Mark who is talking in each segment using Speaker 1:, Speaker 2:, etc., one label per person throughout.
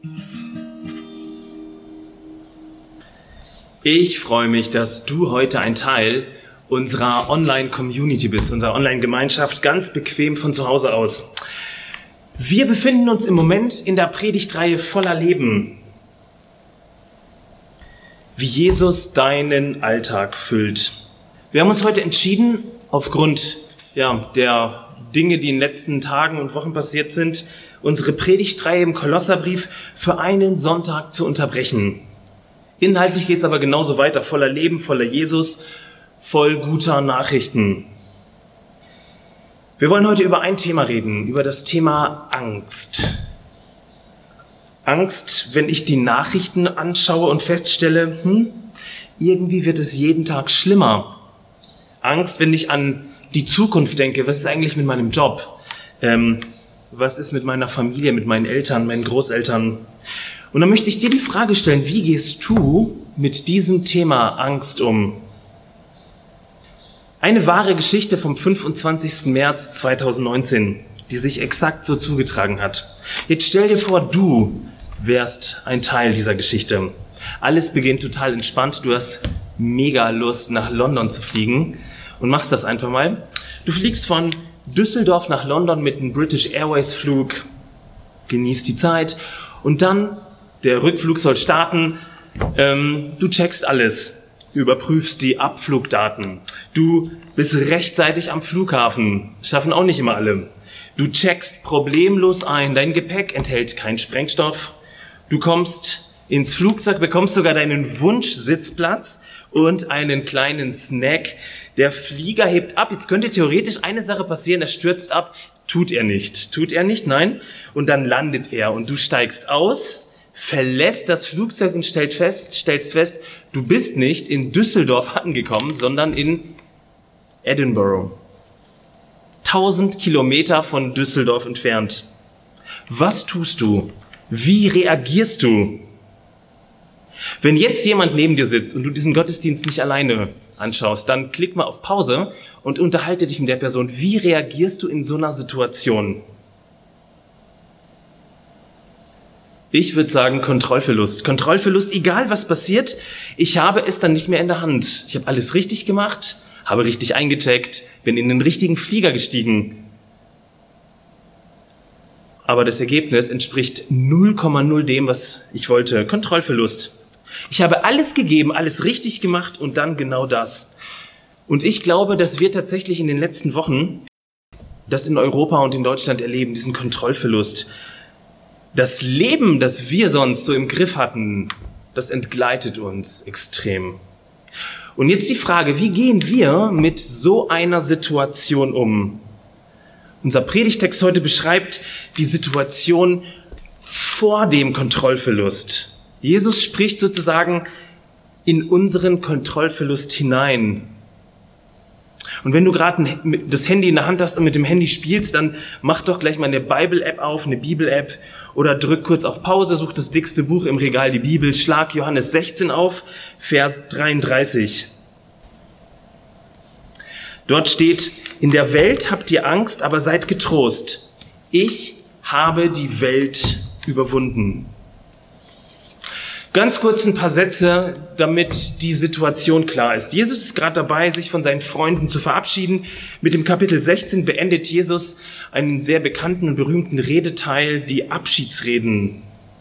Speaker 1: Ich freue mich, dass du heute ein Teil unserer Online-Community bist, unserer Online-Gemeinschaft, ganz bequem von zu Hause aus. Wir befinden uns im Moment in der Predigtreihe voller Leben. Wie Jesus deinen Alltag füllt. Wir haben uns heute entschieden, aufgrund der Dinge, die in den letzten Tagen und Wochen passiert sind, unsere Predigtreihe im Kolosserbrief für einen Sonntag zu unterbrechen. Inhaltlich geht es aber genauso weiter, voller Leben, voller Jesus, voll guter Nachrichten. Wir wollen heute über ein Thema reden, über das Thema Angst. Angst, wenn ich die Nachrichten anschaue und feststelle, irgendwie wird es jeden Tag schlimmer. Angst, wenn ich an die Zukunft denke, was ist eigentlich mit meinem Job? Was ist mit meiner Familie, mit meinen Eltern, meinen Großeltern? Und dann möchte ich dir die Frage stellen, wie gehst du mit diesem Thema Angst um? Eine wahre Geschichte vom 25. März 2019, die sich exakt so zugetragen hat. Jetzt stell dir vor, du wärst ein Teil dieser Geschichte. Alles beginnt total entspannt, du hast mega Lust, nach London zu fliegen und machst das einfach mal. Du fliegst von Düsseldorf nach London mit einem British Airways Flug, genießt die Zeit und dann der Rückflug soll starten, du checkst alles, überprüfst die Abflugdaten, du bist rechtzeitig am Flughafen, schaffen auch nicht immer alle. Du checkst problemlos ein, dein Gepäck enthält keinen Sprengstoff, du kommst ins Flugzeug, bekommst sogar deinen Wunschsitzplatz und einen kleinen Snack. Der Flieger hebt ab, jetzt könnte theoretisch eine Sache passieren, er stürzt ab, tut er nicht, nein, und dann landet er und du steigst aus, verlässt das Flugzeug und stellst fest, du bist nicht in Düsseldorf angekommen, sondern in Edinburgh. 1000 Kilometer von Düsseldorf entfernt. Was tust du? Wie reagierst du? Wenn jetzt jemand neben dir sitzt und du diesen Gottesdienst nicht alleine anschaust, dann klick mal auf Pause und unterhalte dich mit der Person. Wie reagierst du in so einer Situation? Ich würde sagen Kontrollverlust. Kontrollverlust, egal was passiert, ich habe es dann nicht mehr in der Hand. Ich habe alles richtig gemacht, habe richtig eingecheckt, bin in den richtigen Flieger gestiegen. Aber das Ergebnis entspricht 0,0 dem, was ich wollte. Kontrollverlust. Ich habe alles gegeben, alles richtig gemacht und dann genau das. Und ich glaube, dass wir tatsächlich in den letzten Wochen das in Europa und in Deutschland erleben, diesen Kontrollverlust. Das Leben, das wir sonst so im Griff hatten, das entgleitet uns extrem. Und jetzt die Frage, wie gehen wir mit so einer Situation um? Unser Predigtext heute beschreibt die Situation vor dem Kontrollverlust. Jesus spricht sozusagen in unseren Kontrollverlust hinein. Und wenn du gerade das Handy in der Hand hast und mit dem Handy spielst, dann mach doch gleich mal eine Bible-App auf, eine Bibel-App, oder drück kurz auf Pause, such das dickste Buch im Regal, die Bibel, schlag Johannes 16 auf, Vers 33. Dort steht, in der Welt habt ihr Angst, aber seid getrost. Ich habe die Welt überwunden. Ganz kurz ein paar Sätze, damit die Situation klar ist. Jesus ist gerade dabei, sich von seinen Freunden zu verabschieden. Mit dem Kapitel 16 beendet Jesus einen sehr bekannten und berühmten Redeteil, die Abschiedsreden.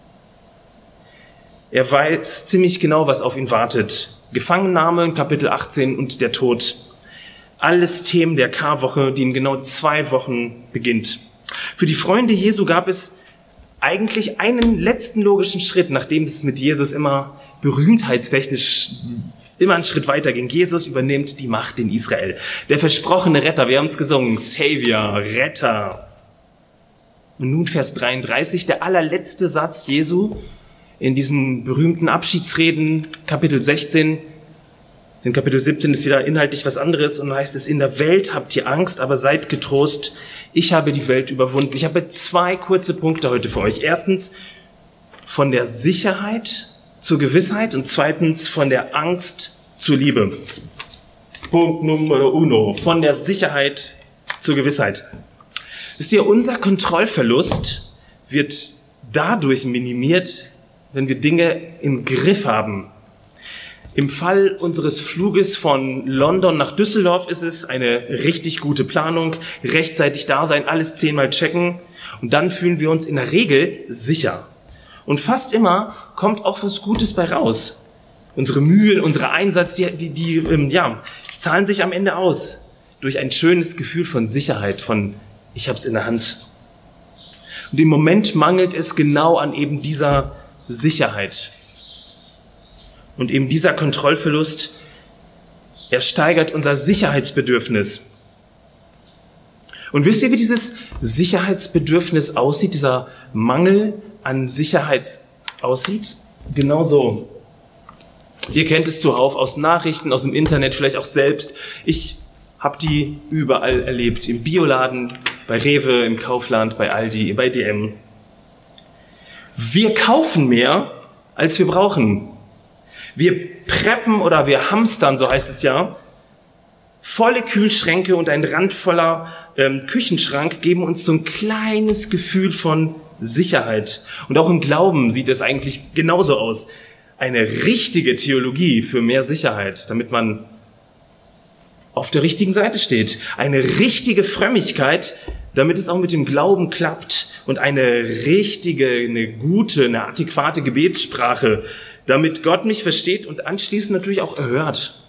Speaker 1: Er weiß ziemlich genau, was auf ihn wartet. Gefangennahme in Kapitel 18 und der Tod. Alles Themen der Karwoche, die in genau 2 Wochen beginnt. Für die Freunde Jesu gab es eigentlich einen letzten logischen Schritt, nachdem es mit Jesus immer berühmtheitstechnisch immer einen Schritt weiter ging. Jesus übernimmt die Macht in Israel. Der versprochene Retter, wir haben es gesungen, Savior, Retter. Und nun Vers 33, der allerletzte Satz Jesu in diesen berühmten Abschiedsreden, Kapitel 16. In Kapitel 17 ist wieder inhaltlich was anderes und heißt es, in der Welt habt ihr Angst, aber seid getrost. Ich habe die Welt überwunden. Ich habe 2 kurze Punkte heute für euch. Erstens, von der Sicherheit zur Gewissheit und zweitens, von der Angst zur Liebe. Punkt Nummer 1, von der Sicherheit zur Gewissheit. Wisst ihr, unser Kontrollverlust wird dadurch minimiert, wenn wir Dinge im Griff haben. Im Fall unseres Fluges von London nach Düsseldorf ist es eine richtig gute Planung, rechtzeitig da sein, alles 10-mal checken und dann fühlen wir uns in der Regel sicher. Und fast immer kommt auch was Gutes bei raus. Unsere Mühe, unser Einsatz, die zahlen sich am Ende aus durch ein schönes Gefühl von Sicherheit, von ich hab's in der Hand. Und im Moment mangelt es genau an eben dieser Sicherheit. Und eben dieser Kontrollverlust, er steigert unser Sicherheitsbedürfnis. Und wisst ihr, wie dieses Sicherheitsbedürfnis aussieht, dieser Mangel an Sicherheit aussieht? Genau so. Ihr kennt es zuhauf aus Nachrichten, aus dem Internet, vielleicht auch selbst. Ich habe die überall erlebt. Im Bioladen, bei Rewe, im Kaufland, bei Aldi, bei DM. Wir kaufen mehr, als wir brauchen. Wir preppen oder wir hamstern, so heißt es ja. Volle Kühlschränke und ein randvoller Küchenschrank geben uns so ein kleines Gefühl von Sicherheit. Und auch im Glauben sieht es eigentlich genauso aus. Eine richtige Theologie für mehr Sicherheit, damit man auf der richtigen Seite steht. Eine richtige Frömmigkeit, damit es auch mit dem Glauben klappt. Und eine richtige, eine gute, eine adäquate Gebetssprache, damit Gott mich versteht und anschließend natürlich auch erhört.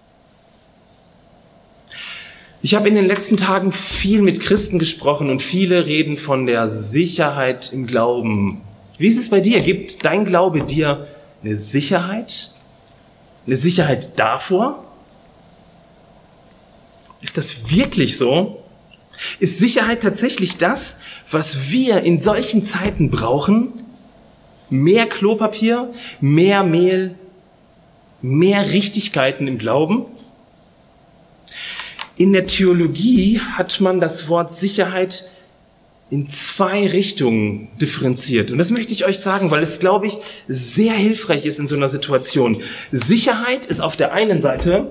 Speaker 1: Ich habe in den letzten Tagen viel mit Christen gesprochen und viele reden von der Sicherheit im Glauben. Wie ist es bei dir? Gibt dein Glaube dir eine Sicherheit? Eine Sicherheit davor? Ist das wirklich so? Ist Sicherheit tatsächlich das, was wir in solchen Zeiten brauchen? Mehr Klopapier, mehr Mehl, mehr Richtigkeiten im Glauben? In der Theologie hat man das Wort Sicherheit in 2 Richtungen differenziert. Und das möchte ich euch sagen, weil es, glaube ich, sehr hilfreich ist in so einer Situation. Sicherheit ist auf der einen Seite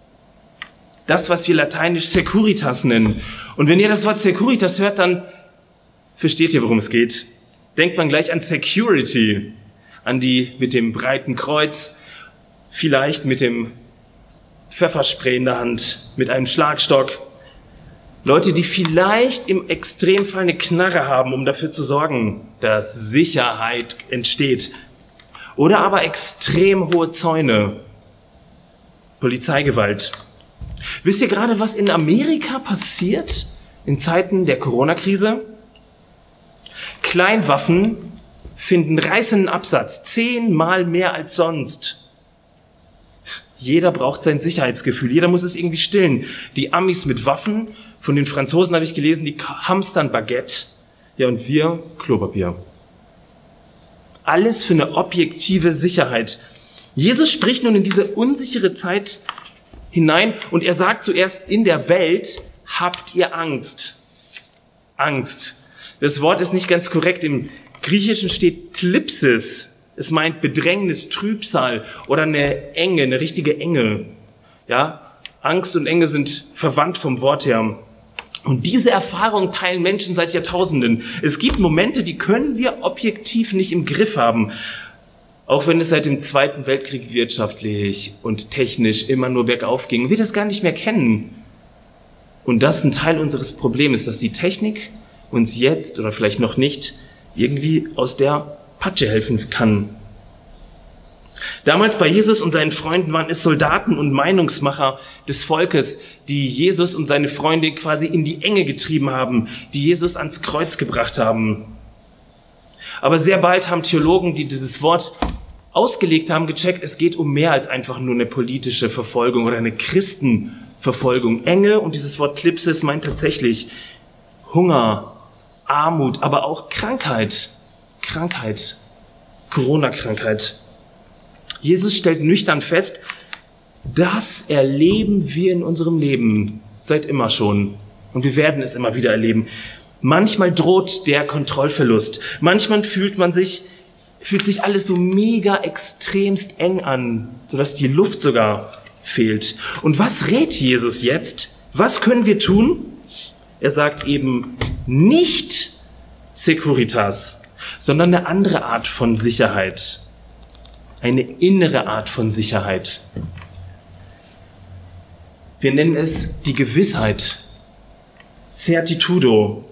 Speaker 1: das, was wir lateinisch Securitas nennen. Und wenn ihr das Wort Securitas hört, dann versteht ihr, worum es geht. Denkt man gleich an Security, an die mit dem breiten Kreuz, vielleicht mit dem Pfefferspray in der Hand, mit einem Schlagstock. Leute, die vielleicht im Extremfall eine Knarre haben, um dafür zu sorgen, dass Sicherheit entsteht. Oder aber extrem hohe Zäune, Polizeigewalt. Wisst ihr gerade, was in Amerika passiert in Zeiten der Corona-Krise? Kleinwaffen finden reißenden Absatz, 10-mal mehr als sonst. Jeder braucht sein Sicherheitsgefühl, jeder muss es irgendwie stillen. Die Amis mit Waffen, von den Franzosen habe ich gelesen, die hamstern Baguette, ja, und wir Klopapier. Alles für eine objektive Sicherheit. Jesus spricht nun in diese unsichere Zeit hinein und er sagt zuerst, in der Welt habt ihr Angst. Angst. Das Wort ist nicht ganz korrekt. Im Griechischen steht Thlipsis. Es meint Bedrängnis, Trübsal oder eine Enge, eine richtige Enge. Ja, Angst und Enge sind verwandt vom Wort her. Und diese Erfahrung teilen Menschen seit Jahrtausenden. Es gibt Momente, die können wir objektiv nicht im Griff haben. Auch wenn es seit dem Zweiten Weltkrieg wirtschaftlich und technisch immer nur bergauf ging und wir das gar nicht mehr kennen. Und das ein Teil unseres Problems ist, dass die Technik uns jetzt oder vielleicht noch nicht irgendwie aus der Patsche helfen kann. Damals bei Jesus und seinen Freunden waren es Soldaten und Meinungsmacher des Volkes, die Jesus und seine Freunde quasi in die Enge getrieben haben, die Jesus ans Kreuz gebracht haben. Aber sehr bald haben Theologen, die dieses Wort ausgelegt haben, gecheckt, es geht um mehr als einfach nur eine politische Verfolgung oder eine Christenverfolgung. Enge und dieses Wort Thlipsis meint tatsächlich Hunger, Armut, aber auch Krankheit, Corona-Krankheit. Jesus stellt nüchtern fest, das erleben wir in unserem Leben seit immer schon. Und wir werden es immer wieder erleben. Manchmal droht der Kontrollverlust. Manchmal fühlt sich alles so mega extremst eng an, sodass die Luft sogar fehlt. Und was rät Jesus jetzt? Was können wir tun? Er sagt eben nicht Securitas, sondern eine andere Art von Sicherheit. Eine innere Art von Sicherheit. Wir nennen es die Gewissheit. Certitudo.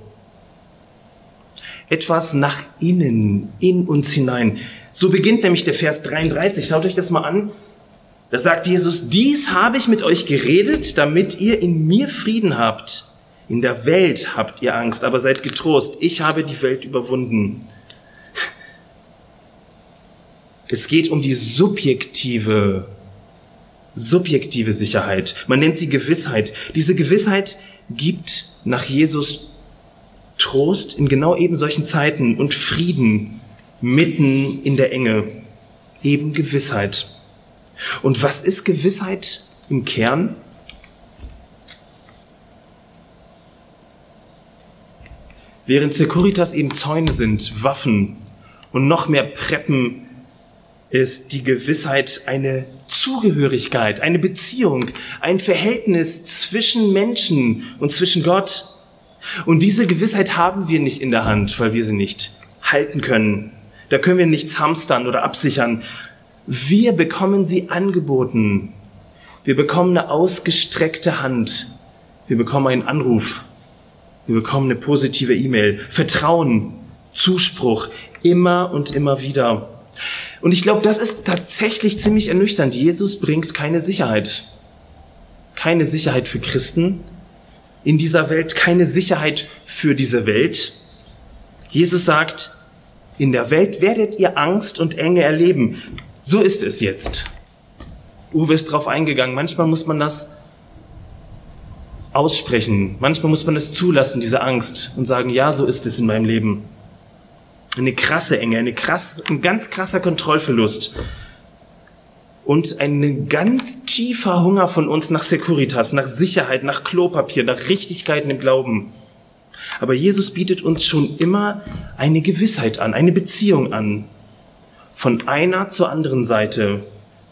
Speaker 1: Etwas nach innen, in uns hinein. So beginnt nämlich der Vers 33. Schaut euch das mal an. Da sagt Jesus, dies habe ich mit euch geredet, damit ihr in mir Frieden habt. In der Welt habt ihr Angst, aber seid getrost. Ich habe die Welt überwunden. Es geht um die subjektive Sicherheit. Man nennt sie Gewissheit. Diese Gewissheit gibt nach Jesus Trost in genau eben solchen Zeiten und Frieden mitten in der Enge. Eben Gewissheit. Und was ist Gewissheit im Kern? Während Securitas eben Zäune sind, Waffen und noch mehr Preppen, ist die Gewissheit eine Zugehörigkeit, eine Beziehung, ein Verhältnis zwischen Menschen und zwischen Gott. Und diese Gewissheit haben wir nicht in der Hand, weil wir sie nicht halten können. Da können wir nichts hamstern oder absichern. Wir bekommen sie angeboten. Wir bekommen eine ausgestreckte Hand. Wir bekommen einen Anruf. Wir bekommen eine positive E-Mail. Vertrauen, Zuspruch, immer und immer wieder. Und ich glaube, das ist tatsächlich ziemlich ernüchternd. Jesus bringt keine Sicherheit. Keine Sicherheit für Christen in dieser Welt, keine Sicherheit für diese Welt. Jesus sagt, in der Welt werdet ihr Angst und Enge erleben. So ist es jetzt. Uwe ist drauf eingegangen. Manchmal muss man das aussprechen. Manchmal muss man es zulassen, diese Angst, und sagen, ja, so ist es in meinem Leben. Eine krasse Enge, ein ganz krasser Kontrollverlust und ein ganz tiefer Hunger von uns nach Securitas, nach Sicherheit, nach Klopapier, nach Richtigkeiten im Glauben. Aber Jesus bietet uns schon immer eine Gewissheit an, eine Beziehung an, von einer zur anderen Seite,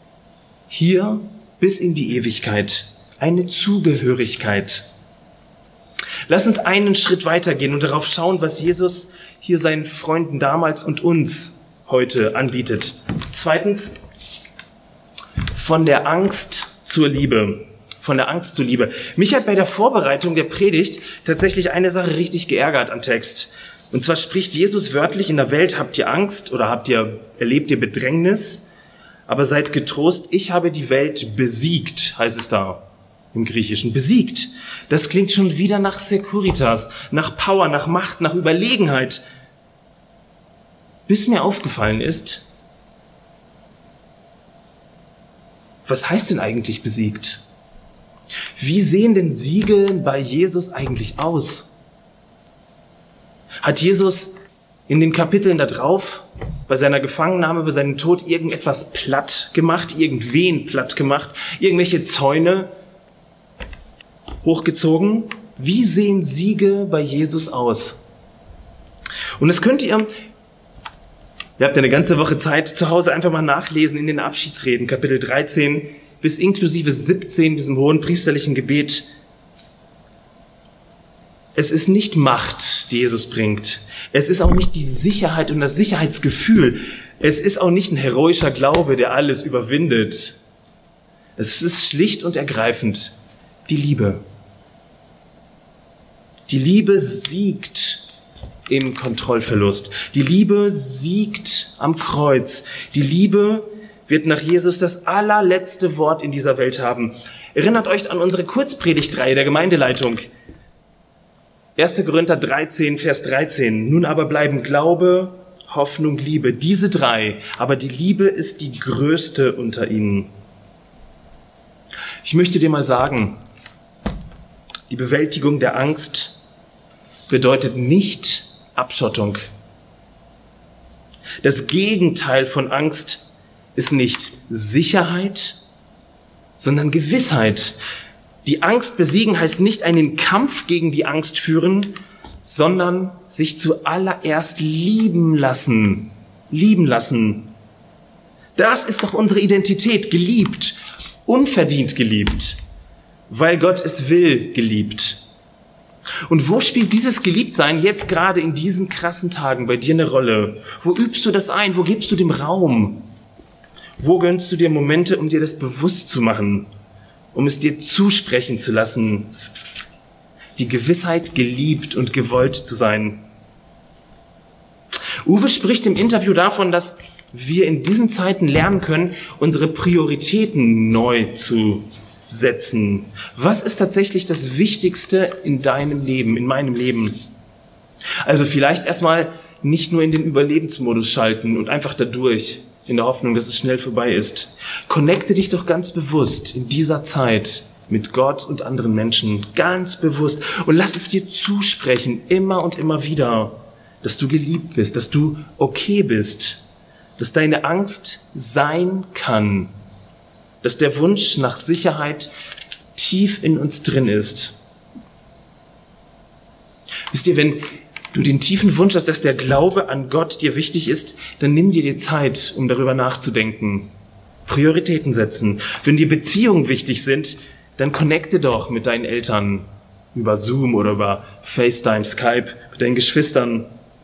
Speaker 1: hier bis in die Ewigkeit, eine Zugehörigkeit. Lass uns einen Schritt weitergehen und darauf schauen, was Jesus hier seinen Freunden damals und uns heute anbietet. Zweitens, von der Angst zur Liebe. Von der Angst zur Liebe. Mich hat bei der Vorbereitung der Predigt tatsächlich eine Sache richtig geärgert am Text. Und zwar spricht Jesus wörtlich, in der Welt habt ihr Angst oder erlebt ihr Bedrängnis, aber seid getrost, ich habe die Welt besiegt, heißt es da im Griechischen. Besiegt. Das klingt schon wieder nach Securitas, nach Power, nach Macht, nach Überlegenheit. Bis mir aufgefallen ist, was heißt denn eigentlich besiegt? Wie sehen denn Siege bei Jesus eigentlich aus? Hat Jesus in den Kapiteln da drauf, bei seiner Gefangennahme, bei seinem Tod, irgendetwas platt gemacht, irgendwen platt gemacht, irgendwelche Zäune hochgezogen? Wie sehen Siege bei Jesus aus? Und das könnt ihr habt eine ganze Woche Zeit, zu Hause einfach mal nachlesen in den Abschiedsreden, Kapitel 13 bis inklusive 17, diesem hohen priesterlichen Gebet. Es ist nicht Macht, die Jesus bringt. Es ist auch nicht die Sicherheit und das Sicherheitsgefühl. Es ist auch nicht ein heroischer Glaube, der alles überwindet. Es ist schlicht und ergreifend die Liebe. Die Liebe siegt im Kontrollverlust. Die Liebe siegt am Kreuz. Die Liebe wird nach Jesus das allerletzte Wort in dieser Welt haben. Erinnert euch an unsere Kurzpredigtreihe der Gemeindeleitung. 1. Korinther 13, Vers 13. Nun aber bleiben Glaube, Hoffnung, Liebe. Diese drei. Aber die Liebe ist die größte unter ihnen. Ich möchte dir mal sagen, die Bewältigung der Angst bedeutet nicht Abschottung. Das Gegenteil von Angst ist nicht Sicherheit, sondern Gewissheit. Die Angst besiegen heißt nicht einen Kampf gegen die Angst führen, sondern sich zuallererst lieben lassen. Lieben lassen. Das ist doch unsere Identität, geliebt, unverdient geliebt, weil Gott es will, geliebt. Und wo spielt dieses Geliebtsein jetzt gerade in diesen krassen Tagen bei dir eine Rolle? Wo übst du das ein? Wo gibst du dem Raum? Wo gönnst du dir Momente, um dir das bewusst zu machen, um es dir zusprechen zu lassen? Die Gewissheit, geliebt und gewollt zu sein. Uwe spricht im Interview davon, dass wir in diesen Zeiten lernen können, unsere Prioritäten neu zu setzen. Was ist tatsächlich das Wichtigste in deinem Leben, in meinem Leben? Also vielleicht erstmal nicht nur in den Überlebensmodus schalten und einfach dadurch, in der Hoffnung, dass es schnell vorbei ist. Connecte dich doch ganz bewusst in dieser Zeit mit Gott und anderen Menschen, ganz bewusst, und lass es dir zusprechen, immer und immer wieder, dass du geliebt bist, dass du okay bist, dass deine Angst sein kann, dass der Wunsch nach Sicherheit tief in uns drin ist. Wisst ihr, wenn du den tiefen Wunsch hast, dass der Glaube an Gott dir wichtig ist, dann nimm dir die Zeit, um darüber nachzudenken. Prioritäten setzen. Wenn dir Beziehungen wichtig sind, dann connecte doch mit deinen Eltern über Zoom oder über FaceTime, Skype, mit deinen Geschwistern.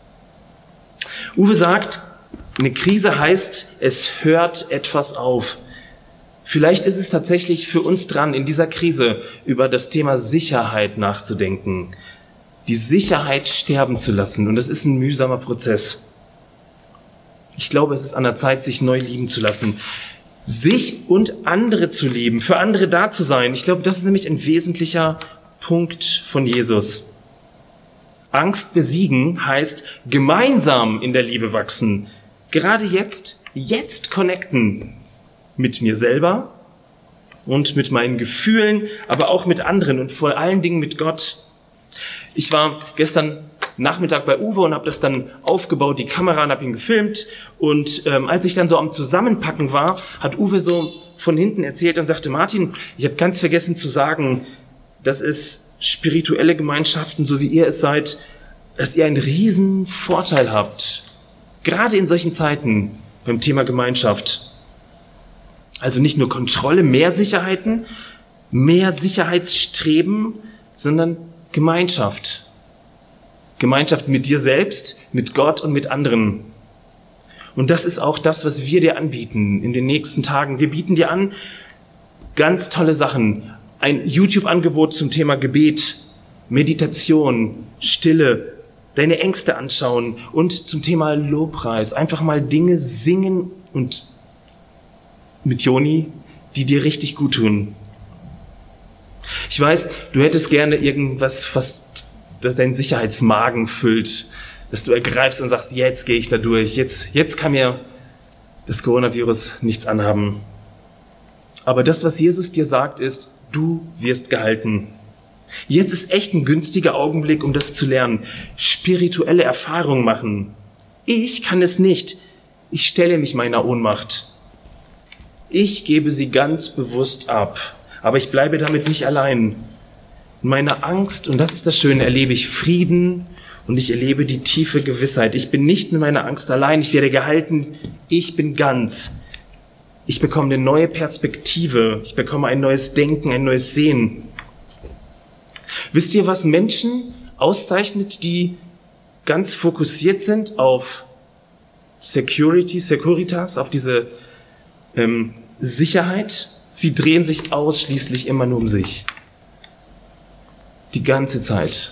Speaker 1: Uwe sagt, eine Krise heißt, es hört etwas auf. Vielleicht ist es tatsächlich für uns dran, in dieser Krise über das Thema Sicherheit nachzudenken. Die Sicherheit sterben zu lassen. Und das ist ein mühsamer Prozess. Ich glaube, es ist an der Zeit, sich neu lieben zu lassen. Sich und andere zu lieben, für andere da zu sein. Ich glaube, das ist nämlich ein wesentlicher Punkt von Jesus. Angst besiegen heißt gemeinsam in der Liebe wachsen. Gerade jetzt connecten. Mit mir selber und mit meinen Gefühlen, aber auch mit anderen und vor allen Dingen mit Gott. Ich war gestern Nachmittag bei Uwe und habe das dann aufgebaut, die Kamera, und habe ihn gefilmt. Und als ich dann so am Zusammenpacken war, hat Uwe so von hinten erzählt und sagte, Martin, ich habe ganz vergessen zu sagen, dass es spirituelle Gemeinschaften, so wie ihr es seid, dass ihr einen riesen Vorteil habt. Gerade in solchen Zeiten beim Thema Gemeinschaft. Also nicht nur Kontrolle, mehr Sicherheiten, mehr Sicherheitsstreben, sondern Gemeinschaft. Gemeinschaft mit dir selbst, mit Gott und mit anderen. Und das ist auch das, was wir dir anbieten in den nächsten Tagen. Wir bieten dir an ganz tolle Sachen. Ein YouTube-Angebot zum Thema Gebet, Meditation, Stille, deine Ängste anschauen und zum Thema Lobpreis. Einfach mal Dinge singen und mit Joni, die dir richtig gut tun. Ich weiß, du hättest gerne irgendwas, das deinen Sicherheitsmagen füllt, dass du ergreifst und sagst, jetzt gehe ich da durch, jetzt kann mir das Coronavirus nichts anhaben. Aber das, was Jesus dir sagt, ist, du wirst gehalten. Jetzt ist echt ein günstiger Augenblick, um das zu lernen. Spirituelle Erfahrungen machen. Ich kann es nicht. Ich stelle mich meiner Ohnmacht. Ich gebe sie ganz bewusst ab, aber ich bleibe damit nicht allein. In meiner Angst, und das ist das Schöne, erlebe ich Frieden und ich erlebe die tiefe Gewissheit. Ich bin nicht in meiner Angst allein, ich werde gehalten, ich bin ganz. Ich bekomme eine neue Perspektive, ich bekomme ein neues Denken, ein neues Sehen. Wisst ihr, was Menschen auszeichnet, die ganz fokussiert sind auf Securitas, auf diese Sicherheit? Sie drehen sich ausschließlich immer nur um sich. Die ganze Zeit.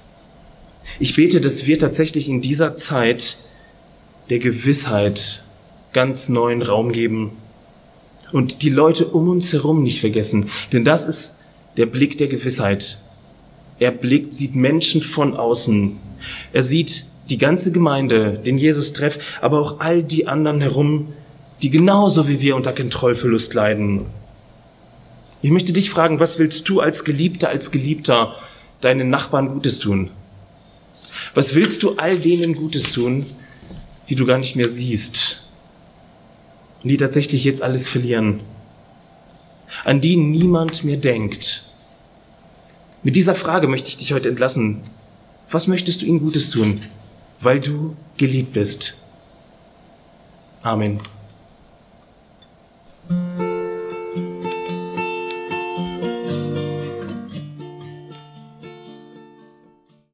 Speaker 1: Ich bete, dass wir tatsächlich in dieser Zeit der Gewissheit ganz neuen Raum geben und die Leute um uns herum nicht vergessen. Denn das ist der Blick der Gewissheit. Er sieht Menschen von außen. Er sieht die ganze Gemeinde, den Jesus trifft, aber auch all die anderen herum, die genauso wie wir unter Kontrollverlust leiden. Ich möchte dich fragen, was willst du als Geliebter deinen Nachbarn Gutes tun? Was willst du all denen Gutes tun, die du gar nicht mehr siehst und die tatsächlich jetzt alles verlieren, an die niemand mehr denkt? Mit dieser Frage möchte ich dich heute entlassen. Was möchtest du ihnen Gutes tun, weil du geliebt bist? Amen.